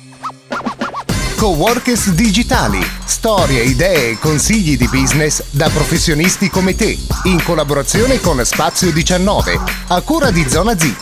Coworkers digitali, storie, idee e consigli di business da professionisti come te, in collaborazione con Spazio 19, a cura di Zona Z.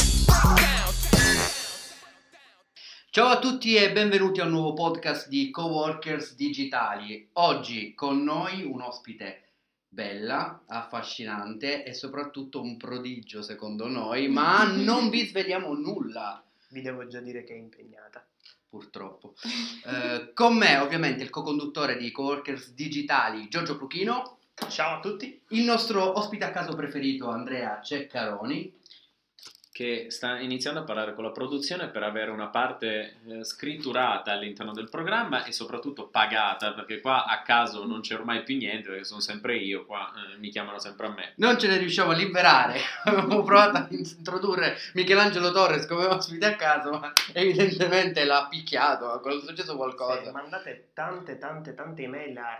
Ciao a tutti e benvenuti a un nuovo podcast di Coworkers digitali. Oggi con noi un ospite bella, affascinante e soprattutto un prodigio secondo noi, ma non vi svegliamo nulla. Vi devo già dire che è impegnata. Purtroppo. Con me ovviamente il co-conduttore di Coworkers digitali Giorgio Pluchino. Ciao a tutti. Il nostro ospite a caso preferito Andrea Ceccaroni, che sta iniziando a parlare con la produzione per avere una parte scritturata all'interno del programma e soprattutto pagata, perché qua a caso non c'è ormai più niente, perché sono sempre io, qua mi chiamano sempre a me. Non ce ne riusciamo a liberare, avevo provato a introdurre Michelangelo Torres come ospite a caso, ma evidentemente l'ha picchiato, è successo qualcosa. Se mandate tante email a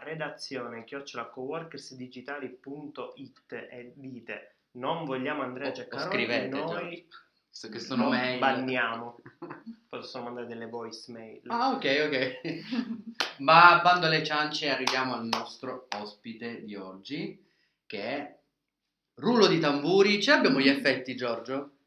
redazione@coworkersdigitali.it e dite non vogliamo Andrea Ceccaroni, scrivete, noi che sono mail. banniamo. Possono mandare delle voicemail. Ah, ok. Ma bando alle ciance, arriviamo al nostro ospite di oggi, che è rullo di tamburi. Ce abbiamo gli effetti, Giorgio?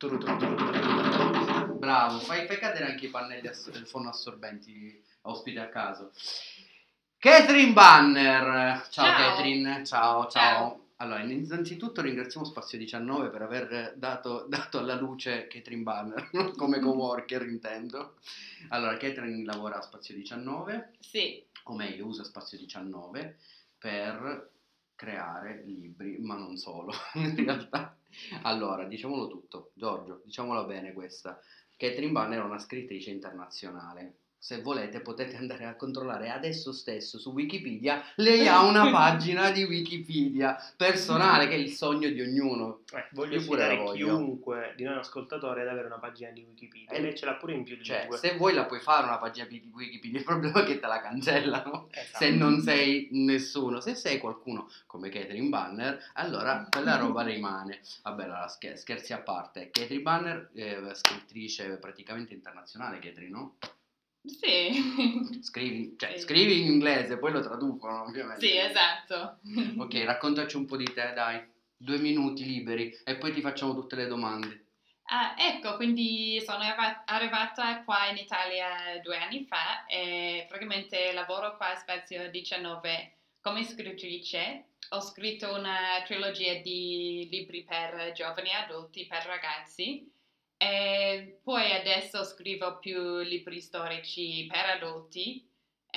Bravo, fai cadere anche i pannelli del fono assorbenti, ospite a caso. Catherine Banner. Ciao. Catherine, ciao. Allora, innanzitutto ringraziamo Spazio 19 per aver dato alla luce Catherine Banner, come coworker intendo. Allora, Catherine lavora a Spazio 19, sì, o meglio usa Spazio 19 per creare libri, ma non solo, in realtà. Allora, diciamolo tutto, Giorgio, diciamola bene questa. Catherine Banner è una scrittrice internazionale. Se volete potete andare a controllare adesso stesso su Wikipedia, lei ha una pagina di Wikipedia personale che è il sogno di ognuno. Voglio citare chiunque di noi ascoltatori ad avere una pagina di Wikipedia e lei ce l'ha pure in più lingue. Se vuoi la puoi fare una pagina di Wikipedia, il problema è che te la cancellano, esatto. Se non sei nessuno. Se sei qualcuno come Catherine Banner, allora quella roba rimane. Vabbè, allora, scherzi a parte, Catherine Banner è scrittrice praticamente internazionale, Catherine, no? Sì. Scrivi in inglese, poi lo traducono ovviamente. Sì, esatto. Ok, raccontaci un po' di te, dai. 2 minuti liberi e poi ti facciamo tutte le domande. Ecco, quindi sono arrivata qua in Italia 2 anni fa e praticamente lavoro qua a Spazio 19 come scrittrice. Ho scritto una trilogia di libri per giovani adulti, per ragazzi. E poi adesso scrivo più libri storici per adulti.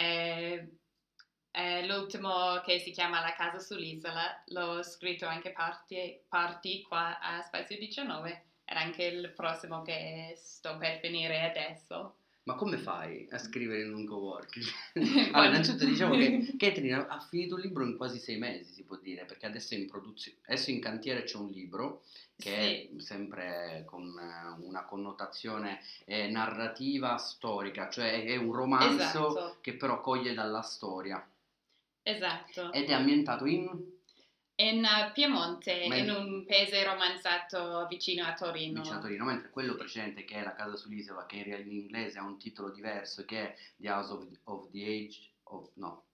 L'ultimo che si chiama La casa sull'isola l'ho scritto anche parti qua a Spazio 19 ed anche il prossimo che sto per finire adesso. Ma come fai a scrivere in un coworking? Allora, innanzitutto diciamo che Catherine ha finito il libro in quasi 6 mesi, si può dire, perché adesso è in produzione, adesso in cantiere c'è un libro che è sempre con una connotazione narrativa storica, cioè è un romanzo Esatto. che però coglie dalla storia. Esatto. Ed è ambientato in Piemonte, in un paese romanzato vicino a Torino. Mentre quello precedente, che è La casa sull'isola, che in inglese ha un titolo diverso, che è The House of the Age of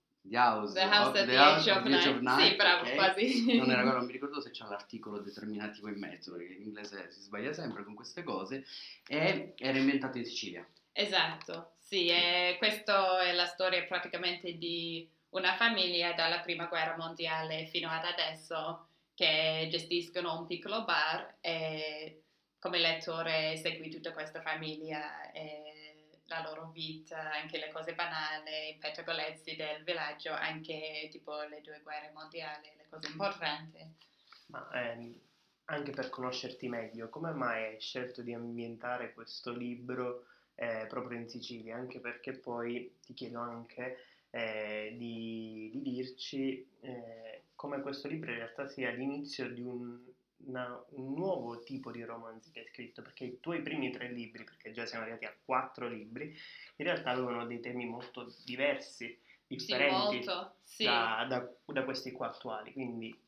Night. Sì, bravo, okay. quasi. Non mi ricordo se c'è l'articolo determinativo in mezzo, perché in inglese si sbaglia sempre con queste cose, e era ambientato in Sicilia. Esatto, sì, e questa è la storia praticamente di una famiglia dalla prima guerra mondiale fino ad adesso che gestiscono un piccolo bar e come lettore segui tutta questa famiglia e la loro vita, anche le cose banali, i pettegolezzi del villaggio, anche tipo le 2 guerre mondiali, le cose importanti. Ma anche per conoscerti meglio, come mai hai scelto di ambientare questo libro proprio in Sicilia? Anche perché poi ti chiedo anche di dirci come questo libro in realtà sia l'inizio di un nuovo tipo di romanzi che hai scritto, perché i tuoi primi 3 libri, perché già siamo arrivati a 4 libri, in realtà avevano dei temi molto differenti Sì. da questi qua attuali, quindi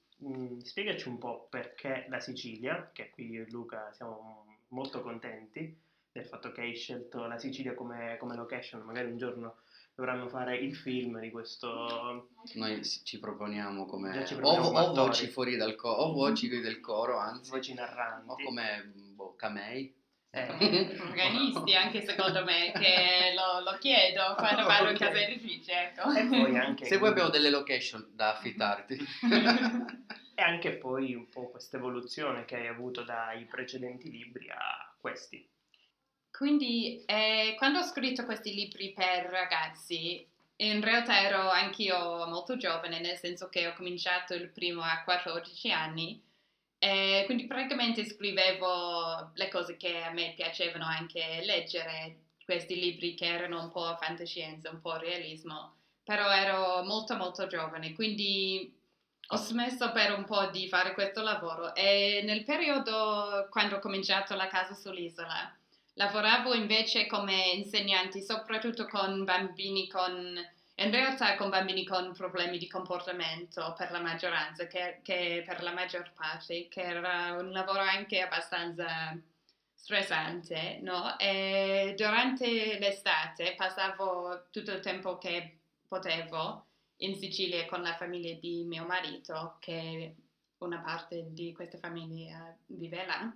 spiegaci un po' perché la Sicilia, che qui io e Luca siamo molto contenti del fatto che hai scelto la Sicilia come location, magari un giorno dovranno fare il film di questo. Noi ci proponiamo come Già ci proponiamo o attori. voci fuori dal coro, o voci del coro, anzi, Voci narranti. o come camei. Organisti anche secondo me, che lo chiedo quando vado in casa editrice, ecco. E poi anche Se poi abbiamo delle location da affittarti. e anche poi un po' questa evoluzione che hai avuto dai precedenti libri a questi. Quindi quando ho scritto questi libri per ragazzi, in realtà ero anch'io molto giovane, nel senso che ho cominciato il primo a 14 anni, e quindi praticamente scrivevo le cose che a me piacevano anche leggere, questi libri che erano un po' fantascienza, un po' realismo, però ero molto molto giovane, quindi ho smesso per un po' di fare questo lavoro e nel periodo quando ho cominciato la casa sull'isola lavoravo invece come insegnante soprattutto con bambini in realtà con bambini con problemi di comportamento per la maggioranza, che per la maggior parte, che era un lavoro anche abbastanza stressante, no? E durante l'estate passavo tutto il tempo che potevo in Sicilia con la famiglia di mio marito, che una parte di questa famiglia vive là.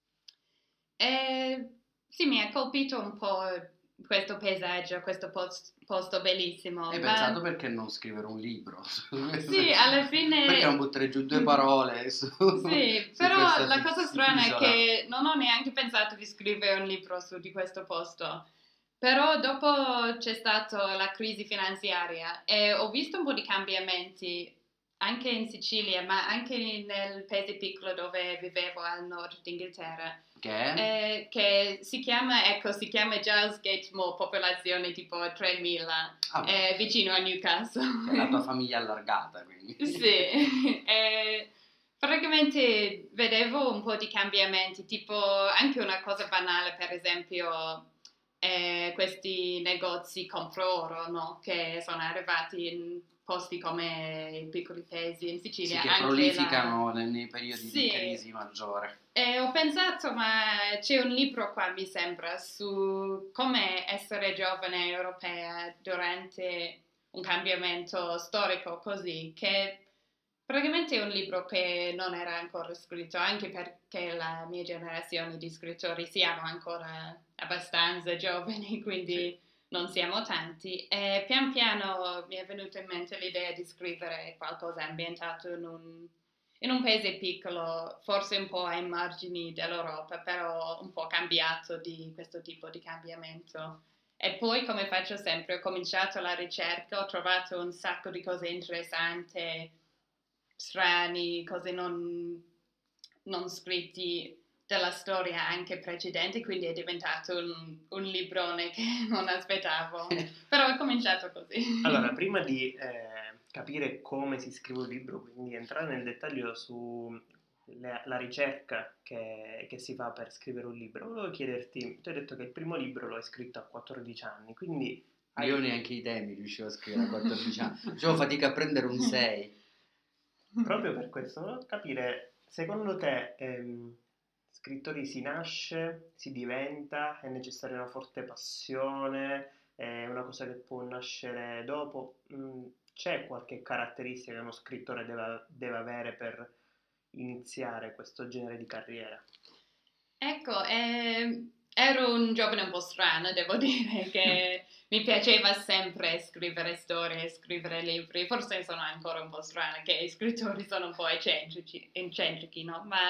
E sì, mi ha colpito un po' questo paesaggio, questo posto bellissimo. Hai ma- pensato perché non scrivere un libro? Sì, alla fine... Perché non buttare giù due parole su Sì, su però questa la cosa strana è isola? che non ho neanche pensato di scrivere un libro di questo posto. Però dopo c'è stata la crisi finanziaria e ho visto un po' di cambiamenti anche in Sicilia, ma anche nel paese piccolo dove vivevo al nord d'Inghilterra, che si chiama Giles Gate Moor, popolazione tipo 3.000, beh, vicino a Newcastle. è la tua famiglia allargata, quindi. Sì, praticamente vedevo un po' di cambiamenti, tipo anche una cosa banale, per esempio questi negozi compro oro, no? Che sono arrivati in posti come i piccoli paesi in Sì, Sicilia. che anche prolificano nei periodi Sì. di crisi maggiore. E ho pensato, ma c'è un libro qua, mi sembra, su come essere giovane europea durante un cambiamento storico così, che praticamente è un libro che non era ancora scritto, anche perché la mia generazione di scrittori siamo ancora abbastanza giovani, quindi non siamo tanti. E pian piano mi è venuta in mente l'idea di scrivere qualcosa ambientato in un paese piccolo, forse un po' ai margini dell'Europa, però un po' cambiato di questo tipo di cambiamento. E poi, come faccio sempre, ho cominciato la ricerca, ho trovato un sacco di cose interessanti, strani, cose non scritti della storia anche precedente, quindi è diventato un librone che non aspettavo, però è cominciato così. Allora, prima di capire come si scrive un libro, quindi entrare nel dettaglio su la ricerca che si fa per scrivere un libro, volevo chiederti, tu hai detto che il primo libro lo hai scritto a 14 anni, quindi Io neanche i temi riuscivo a scrivere a 14 anni, facevo fatica a prendere un 6. proprio per questo volevo capire, secondo te scrittori si nasce, si diventa, è necessaria una forte passione, è una cosa che può nascere dopo? C'è qualche caratteristica che uno scrittore deve avere per iniziare questo genere di carriera? Ecco, ero un giovane un po' strano, devo dire, che mi piaceva sempre scrivere storie, scrivere libri, forse sono ancora un po' strana, che i scrittori sono un po' eccentrici, no? Ma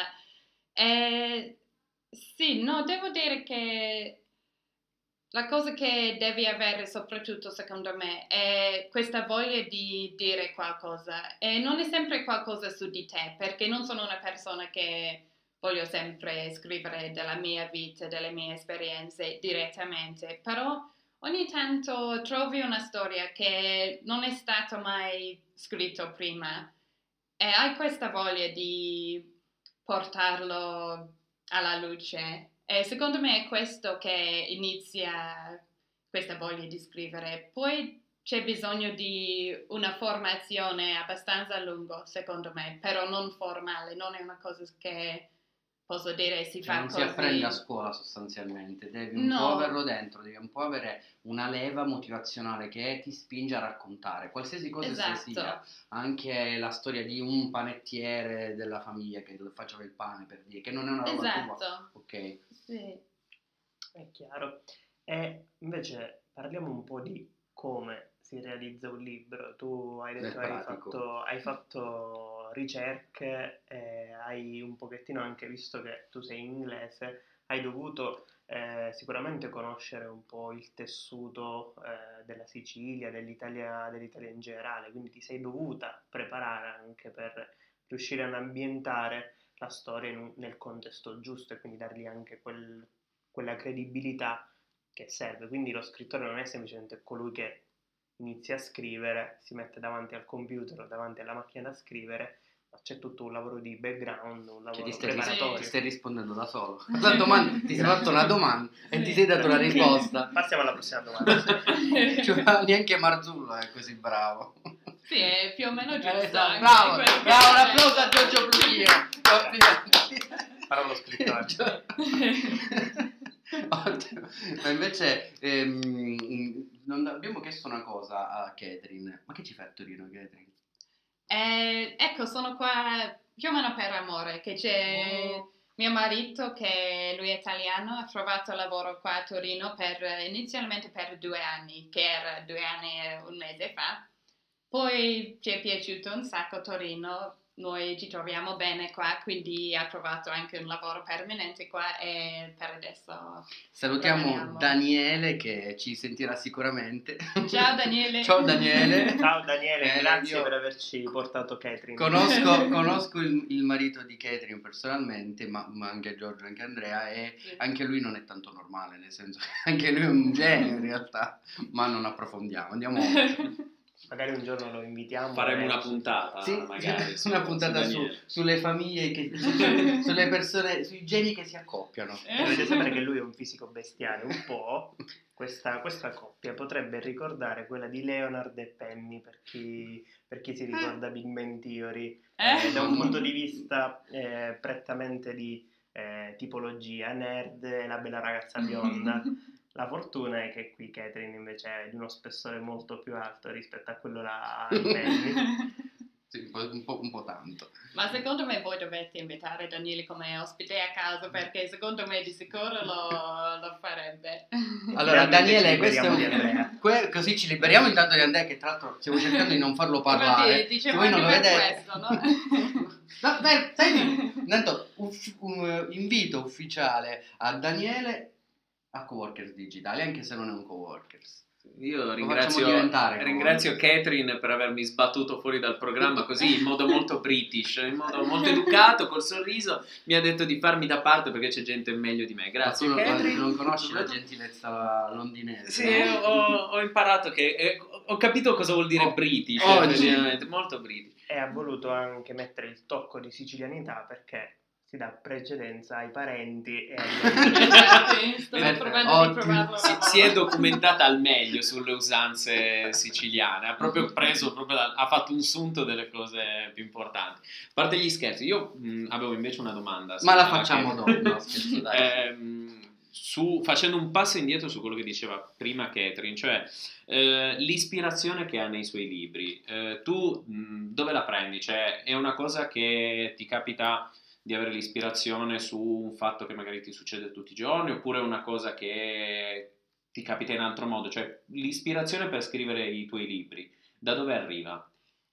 sì, no, devo dire che la cosa che devi avere soprattutto secondo me è questa voglia di dire qualcosa e non è sempre qualcosa su di te, perché non sono una persona che voglio sempre scrivere della mia vita, delle mie esperienze direttamente, però ogni tanto trovi una storia che non è stata mai scritta prima e hai questa voglia di portarlo alla luce. E secondo me è questo che inizia questa voglia di scrivere. Poi c'è bisogno di una formazione abbastanza lunga, secondo me, però non formale, non è una cosa che posso dire, si Cioè, fa non si così. apprende a scuola sostanzialmente, devi un No. po' averlo dentro, devi un po' avere una leva motivazionale che ti spinge a raccontare qualsiasi cosa essa sia, Esatto. anche la storia di un panettiere della famiglia che faceva il pane, per dire, che non è una roba tua, Esatto. ok? Sì. È chiaro. E invece parliamo un po' di come si realizza un libro. Tu hai detto Nel che pratico. hai fatto ricerche e hai un pochettino anche visto che tu sei inglese, hai dovuto sicuramente conoscere un po' il tessuto della Sicilia, dell'Italia in generale, quindi ti sei dovuta preparare anche per riuscire ad ambientare la storia nel contesto giusto e quindi dargli anche quella credibilità che serve. Quindi lo scrittore non è semplicemente colui che inizia a scrivere, si mette davanti al computer o davanti alla macchina da scrivere, ma c'è tutto un lavoro di background, un Cioè, lavoro ti preparatorio. stai rispondendo da solo. La domanda, ti sei fatto una domanda e Sì. ti sei dato una risposta. Passiamo alla prossima domanda. Cioè, neanche Marzullo è così bravo. Sì, è più o meno giusto. Esatto, anche bravo, quello che bravo, un hai applauso a detto. Giorgio Pluchino. Complimenti. Farò lo scrittore. Ottimo. Ma invece non abbiamo chiesto una cosa a Catherine. Ma che ci fa a Torino, Catherine? Ecco, sono qua più o meno per amore, che c'è mio marito, che lui è italiano, ha trovato lavoro qua a Torino inizialmente per 2 anni, che era 2 anni e 1 mese fa. Poi ci è piaciuto un sacco Torino, noi ci troviamo bene qua, quindi ha trovato anche un lavoro permanente qua e per adesso Salutiamo rimaniamo. Daniele che ci sentirà sicuramente. Ciao Daniele. Ciao Daniele. Ciao Daniele, grazie io per averci portato Catherine. Conosco il marito di Catherine personalmente, ma anche Giorgio, anche Andrea, e Sì. anche lui non è tanto normale, nel senso che anche lui è un genio in realtà, ma non approfondiamo, andiamo oltre. Magari un giorno lo invitiamo. Faremo e- una puntata, Sì, magari. una puntata su Daniele. sulle famiglie, sulle persone, sui geni che si accoppiano. Dovete sapere che lui è un fisico bestiale, un po'. Questa coppia potrebbe ricordare quella di Leonard e Penny, per chi si ricorda Big Bang Theory, da un punto di vista prettamente di tipologia nerd e la bella ragazza bionda. La fortuna è che qui Catherine invece è di uno spessore molto più alto rispetto a quello là di Penny. Sì, un po' tanto. Ma secondo me voi dovete invitare Daniele come ospite a casa, perché secondo me di sicuro lo farebbe. Allora, Finalmente Daniele, ci questo è liberiamo di Andrea. così ci liberiamo intanto di Andrea, che tra l'altro stiamo cercando di non farlo parlare. Infatti, Se dicevo voi non anche lo per vedete. questo, no? No, beh, senti, intanto un invito ufficiale a Daniele a Coworkers Digitali, anche se non è un Coworkers. Io facciamo diventare ringrazio Catherine per avermi sbattuto fuori dal programma così in modo molto british, in modo molto educato, col sorriso, mi ha detto di farmi da parte perché c'è gente meglio di me. Grazie Ma tu Catherine. non conosci la gentilezza londinese? Sì, no? ho imparato che ho capito cosa vuol dire british, oggi. effettivamente, molto british. E ha voluto anche mettere il tocco di sicilianità perché si dà precedenza ai parenti e agli Infatti, sto Perfetto, provando di ottimo. provarlo. Si è documentata al meglio sulle usanze siciliane, ha proprio ha fatto un sunto delle cose più importanti. A parte gli scherzi, io avevo invece una domanda. Ma la Sara, facciamo dopo, no, scherzo, dai. Facendo un passo indietro su quello che diceva prima Catherine, cioè l'ispirazione che ha nei suoi libri, tu dove la prendi? Cioè, è una cosa che ti capita di avere l'ispirazione su un fatto che magari ti succede tutti i giorni, oppure è una cosa che ti capita in altro modo? Cioè, l'ispirazione per scrivere i tuoi libri, da dove arriva?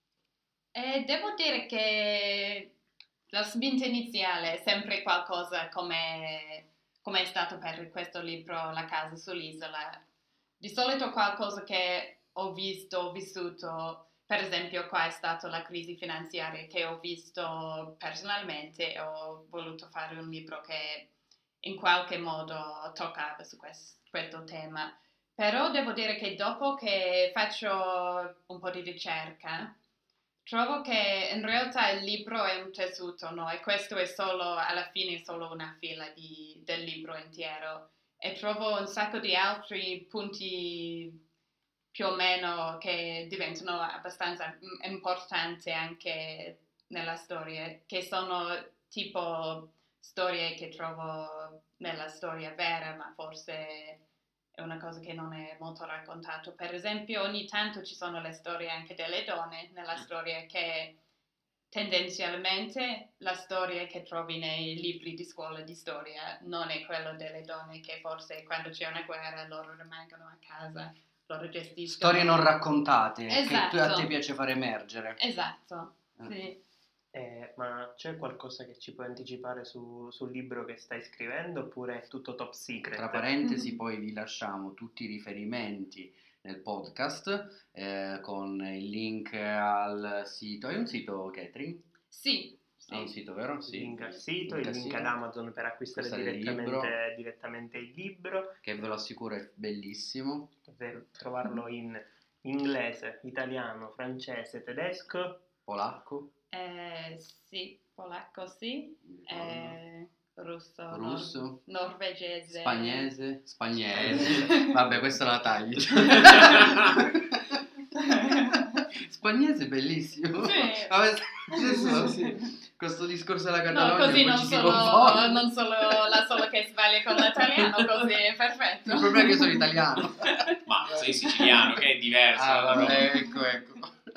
Devo dire che la spinta iniziale è sempre qualcosa come è stato per questo libro La casa sull'isola. Di solito qualcosa che ho visto, ho vissuto. Per esempio, qua è stata la crisi finanziaria che ho visto personalmente e ho voluto fare un libro che in qualche modo toccava su questo tema. Però devo dire che dopo che faccio un po' di ricerca, trovo che in realtà il libro è un tessuto, no? E questo è solo, alla fine, solo una fila del libro intero. E trovo un sacco di altri punti più o meno che diventano abbastanza importanti anche nella storia, che sono tipo storie che trovo nella storia vera, ma forse è una cosa che non è molto raccontato. Per esempio, ogni tanto ci sono le storie anche delle donne nella storia, che tendenzialmente la storia che trovi nei libri di scuola di storia non è quella delle donne, che forse quando c'è una guerra loro rimangono a casa, loro gestiscono. Storie non raccontate, Esatto. che a te piace far emergere. Esatto, sì. Ma c'è qualcosa che ci puoi anticipare sul libro che stai scrivendo, oppure è tutto top secret? Tra parentesi, poi vi lasciamo tutti i riferimenti nel podcast con il link al sito. È un sito catering? Sì, È un sito, vero? Sì. Il link al sito, Link il al link sito. ad Amazon per acquistare Acquistare il libro. direttamente il libro. Che ve lo assicuro è bellissimo. Per trovarlo in inglese, italiano, francese, tedesco. Polacco. Sì, polacco sì, russo, Russo. norvegese. Spagnese. Vabbè, questa la tagli. Spagnese è bellissimo. Sì. Vabbè, adesso questo discorso della Catalogna No, così poi non ci si solo, confonde. non solo la sola che sbaglia con l'italiano, così è perfetto. Il problema è che sono italiano. Ma sei siciliano, che è diverso. Vabbè, ecco.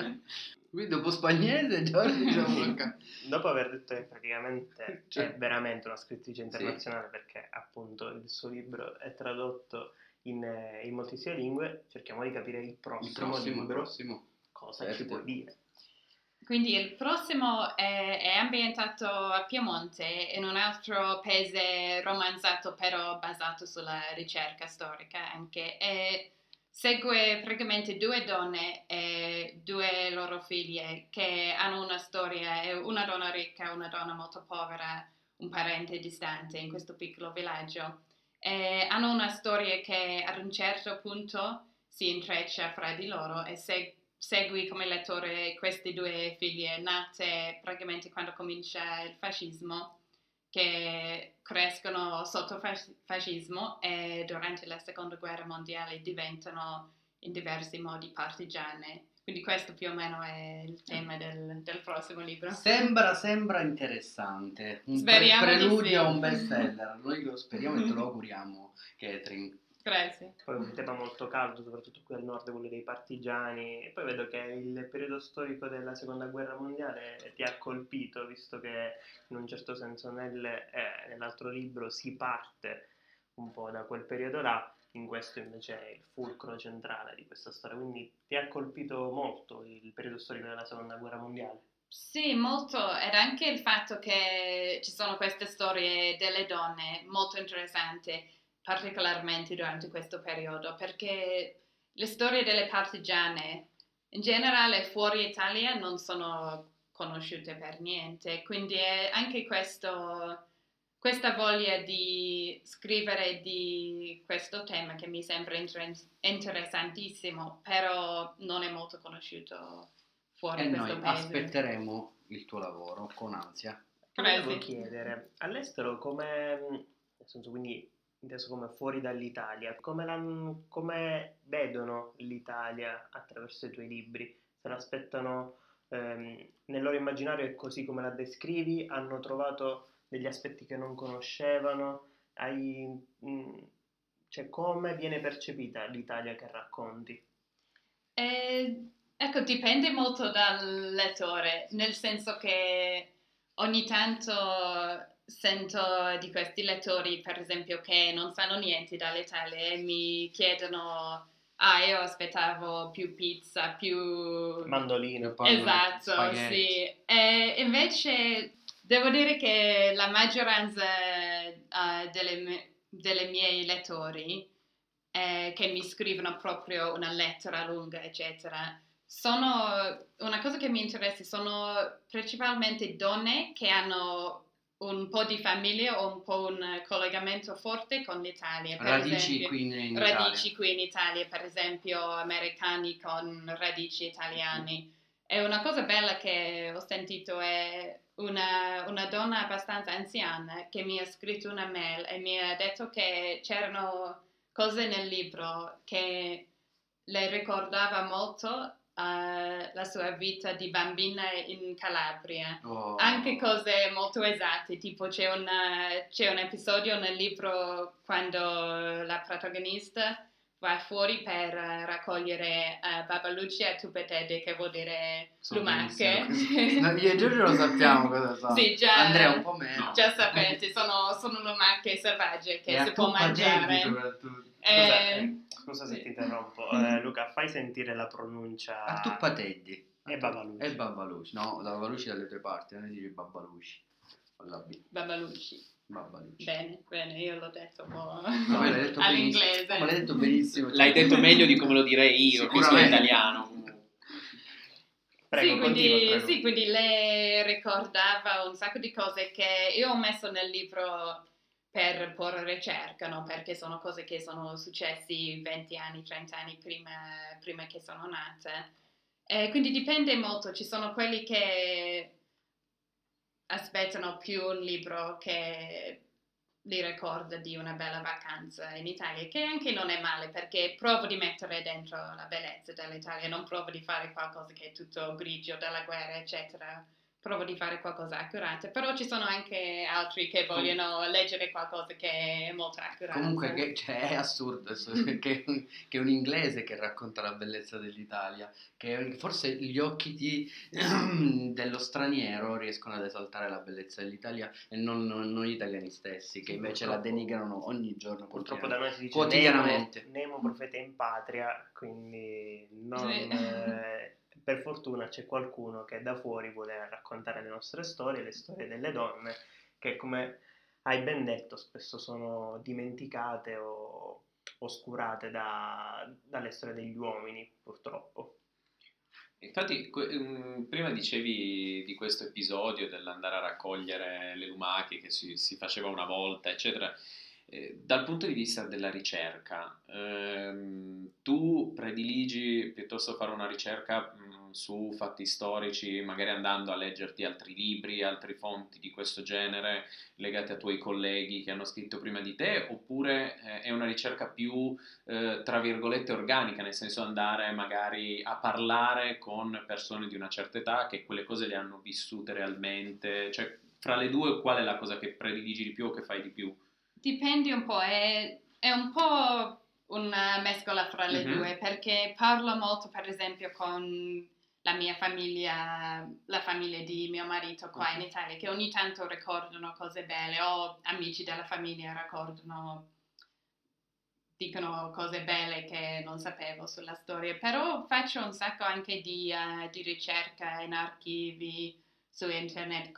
Qui dopo spagnese, Giorgio, diciamo che... Dopo aver detto che praticamente Cioè. è veramente una scrittrice internazionale, perché appunto il suo libro è tradotto in moltissime lingue, cerchiamo di capire il prossimo libro. Cosa ci puoi dire? Quindi il prossimo è ambientato a Piemonte, in un altro paese romanzato però basato sulla ricerca storica anche. E segue praticamente due donne e due loro figlie che hanno una storia, una donna ricca e una donna molto povera, un parente distante in questo piccolo villaggio. E hanno una storia che ad un certo punto si intreccia fra di loro e segui come lettore queste due figlie nate praticamente quando comincia il fascismo, che crescono sotto fascismo e durante la seconda guerra mondiale diventano in diversi modi partigiane. Quindi questo più o meno è il tema del prossimo libro. Sembra interessante. Un Speriamo di preludio sì. a un bestseller. Noi lo speriamo e te lo auguriamo, Catherine. Grazie. Poi un tema molto caldo, soprattutto qui al nord, quello dei partigiani. E poi vedo che il periodo storico della seconda guerra mondiale ti ha colpito, visto che in un certo senso nell'altro libro si parte un po' da quel periodo là, in questo invece è il fulcro centrale di questa storia. Quindi ti ha colpito molto il periodo storico della seconda guerra mondiale? Sì, molto, ed anche il fatto che ci sono queste storie delle donne molto interessanti, particolarmente durante questo periodo, perché le storie delle partigiane in generale fuori Italia non sono conosciute per niente, quindi è anche questa voglia di scrivere di questo tema che mi sembra interessantissimo, però non è molto conosciuto fuori E questo noi paese. aspetteremo il tuo lavoro con ansia. Ti volevo chiedere, all'estero come, nel senso quindi inteso come fuori dall'Italia, come vedono l'Italia attraverso i tuoi libri? Se l'aspettano nel loro immaginario è così come la descrivi? Hanno trovato degli aspetti che non conoscevano? Cioè, come viene percepita l'Italia che racconti? Ecco, dipende molto dal lettore, nel senso che ogni tanto sento di questi lettori, per esempio, che non sanno niente dall'Italia e mi chiedono: io aspettavo più pizza, più Mandolino. Esatto, spaghetti. sì. E invece devo dire che la maggioranza delle miei lettori che mi scrivono proprio una lettera lunga, eccetera, una cosa che mi interessa sono principalmente donne che hanno un po' di famiglia o un po' un collegamento forte con l'Italia. Per Radici esempio, qui in radici Italia. qui in Italia, per esempio americani con radici italiani. E una cosa bella che ho sentito è una donna abbastanza anziana che mi ha scritto una mail e mi ha detto che c'erano cose nel libro che le ricordava molto la sua vita di bambina in Calabria. Oh. Anche cose molto esatte, tipo c'è un episodio nel libro quando la protagonista va fuori per raccogliere Babalucci e Tupetede, che vuol dire So lumache. benissimo. No, io e Giorgio lo sappiamo cosa sono. Sì, già, Andrea un po' meno. già sapete, sono lumache selvagge che E si a può Tupetede mangiare. soprattutto. Scusa se sì. ti interrompo. Luca, fai sentire la pronuncia. A Tupetede. E Babaluci. E Babaluci. No, Babaluci dalle tue parti, non dici Babaluci. Con la B. Babalucci. Babaluci. Bene, io l'ho detto un po' No, l'hai detto all'inglese. benissimo. No, ma l'hai detto benissimo. L'hai detto meglio di come lo direi io, che sono Sicuramente. italiano. Prego, continua. Sì, quindi lei ricordava un sacco di cose che io ho messo nel libro per ricerca, no? Perché sono cose che sono successi 20 anni, 30 anni prima che sono nate. Quindi dipende molto, ci sono quelli che aspettano più un libro che li ricorda di una bella vacanza in Italia, che anche non è male, perché provo di mettere dentro la bellezza dell'Italia, non provo di fare qualcosa che è tutto grigio della guerra, eccetera. Provo di fare qualcosa accurato, però ci sono anche altri che vogliono leggere qualcosa che è molto accurato. Comunque è assurdo che un inglese che racconta la bellezza dell'Italia, che forse gli occhi dello straniero riescono ad esaltare la bellezza dell'Italia e non gli italiani stessi, che invece la denigrano ogni giorno. Purtroppo da noi si dice quotidianamente. Nemo profeta in patria, quindi non, Sì. per fortuna c'è qualcuno che da fuori vuole raccontare le nostre storie, le storie delle donne, che come hai ben detto spesso sono dimenticate o oscurate dalle storie degli uomini, purtroppo. Infatti, prima dicevi di questo episodio dell'andare a raccogliere le lumache che si faceva una volta, eccetera. Dal punto di vista della ricerca, tu prediligi piuttosto fare una ricerca su fatti storici, magari andando a leggerti altri libri, altre fonti di questo genere legate a tuoi colleghi che hanno scritto prima di te, oppure è una ricerca più, tra virgolette, organica, nel senso andare magari a parlare con persone di una certa età che quelle cose le hanno vissute realmente, cioè fra le due qual è la cosa che prediligi di più o che fai di più? Dipende un po', è un po' una mescola fra le due, perché parlo molto, per esempio, con la mia famiglia, la famiglia di mio marito qua in Italia, che ogni tanto ricordano cose belle, o amici della famiglia dicono cose belle che non sapevo sulla storia, però faccio un sacco anche di ricerca in archivi su internet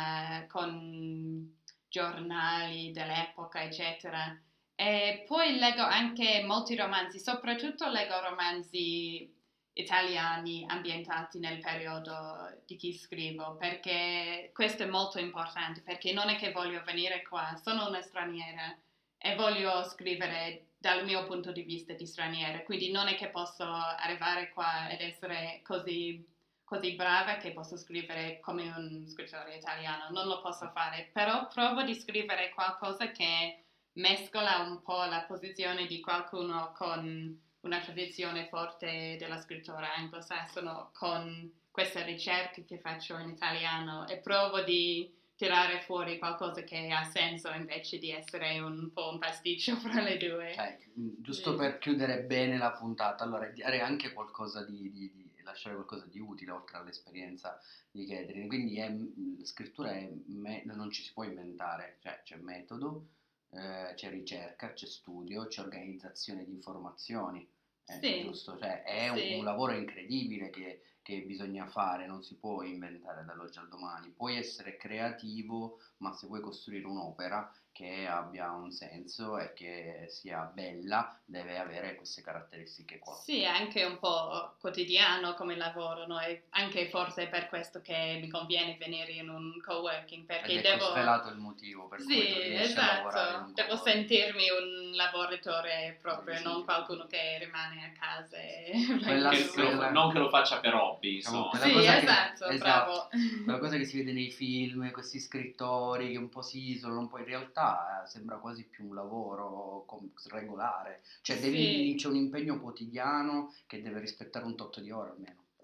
con giornali dell'epoca, eccetera. E poi leggo anche molti romanzi, soprattutto leggo romanzi italiani ambientati nel periodo di chi scrivo, perché questo è molto importante, perché non è che voglio venire qua, sono una straniera e voglio scrivere dal mio punto di vista di straniera, quindi non è che posso arrivare qua ed essere così brava che posso scrivere come un scrittore italiano, non lo posso fare, però provo di scrivere qualcosa che mescola un po' la posizione di qualcuno con una tradizione forte della scrittura anglosassone, con queste ricerche che faccio in italiano e provo di tirare fuori qualcosa che ha senso invece di essere un po' un pasticcio fra le due. Giusto Sì. per chiudere bene la puntata, allora dare anche qualcosa lasciare qualcosa di utile oltre all'esperienza di Catherine, quindi la scrittura non ci si può inventare, cioè c'è metodo, c'è ricerca, c'è studio, c'è organizzazione di informazioni, Sì. giusto? Cioè è Sì. un lavoro incredibile che bisogna fare, non si può inventare dall'oggi al domani, puoi essere creativo, ma se vuoi costruire un'opera che abbia un senso e che sia bella, deve avere queste caratteristiche qua. Sì, è anche un po' quotidiano come lavoro, no? E anche forse per questo che mi conviene venire in un coworking, perché Ed ecco svelato il motivo per cui tu riesci a lavorare in un devo coworking. sentirmi un lavoratore proprio, Sì, non sì. qualcuno che rimane a casa e Non che lo faccia per hobby, Diciamo, insomma. quella Sì, cosa esatto, bravo. quella cosa che si vede nei film, questi scrittori che un po' si isolano, un po' in realtà sembra quasi più un lavoro regolare, cioè Sì. c'è un impegno quotidiano che deve rispettare un tot di ore almeno.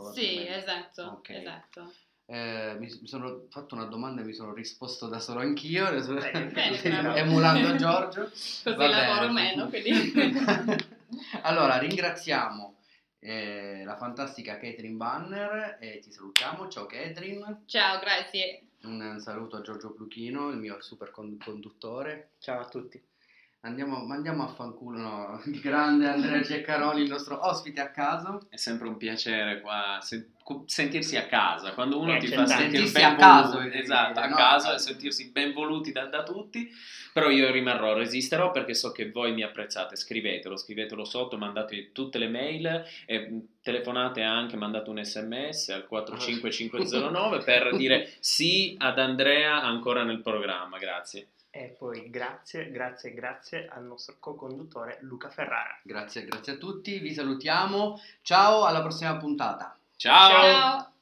Sì, esatto, Ok. esatto. Mi sono fatto una domanda e mi sono risposto da solo anch'io, Bene, bravo. emulando Giorgio. Così Va lavoro bene. meno, quindi... Allora, ringraziamo la fantastica Catherine Banner e ti salutiamo. Ciao Catherine. Ciao, grazie. Un saluto a Giorgio Pluchino, il mio super conduttore. Ciao a tutti. Mandiamo a fanculo, no, il grande Andrea Ceccaroli, il nostro ospite a caso. È sempre un piacere qua sentirsi a casa, quando uno ti fa accettare. sentire Sentirsi ben a caso, voluto, esatto, a no, casa e sentirsi ben voluti da tutti. Però io rimarrò, resisterò, perché so che voi mi apprezzate. Scrivetelo sotto, mandate tutte le mail, telefonate anche, mandate un sms al 45509 per dire sì ad Andrea ancora nel programma. Grazie. E poi grazie al nostro co-conduttore Luca Ferrara. Grazie a tutti, vi salutiamo. Ciao, alla prossima puntata. Ciao.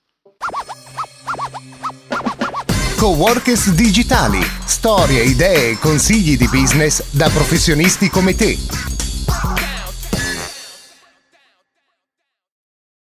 Coworkers digitali, storie, idee e consigli di business da professionisti come te.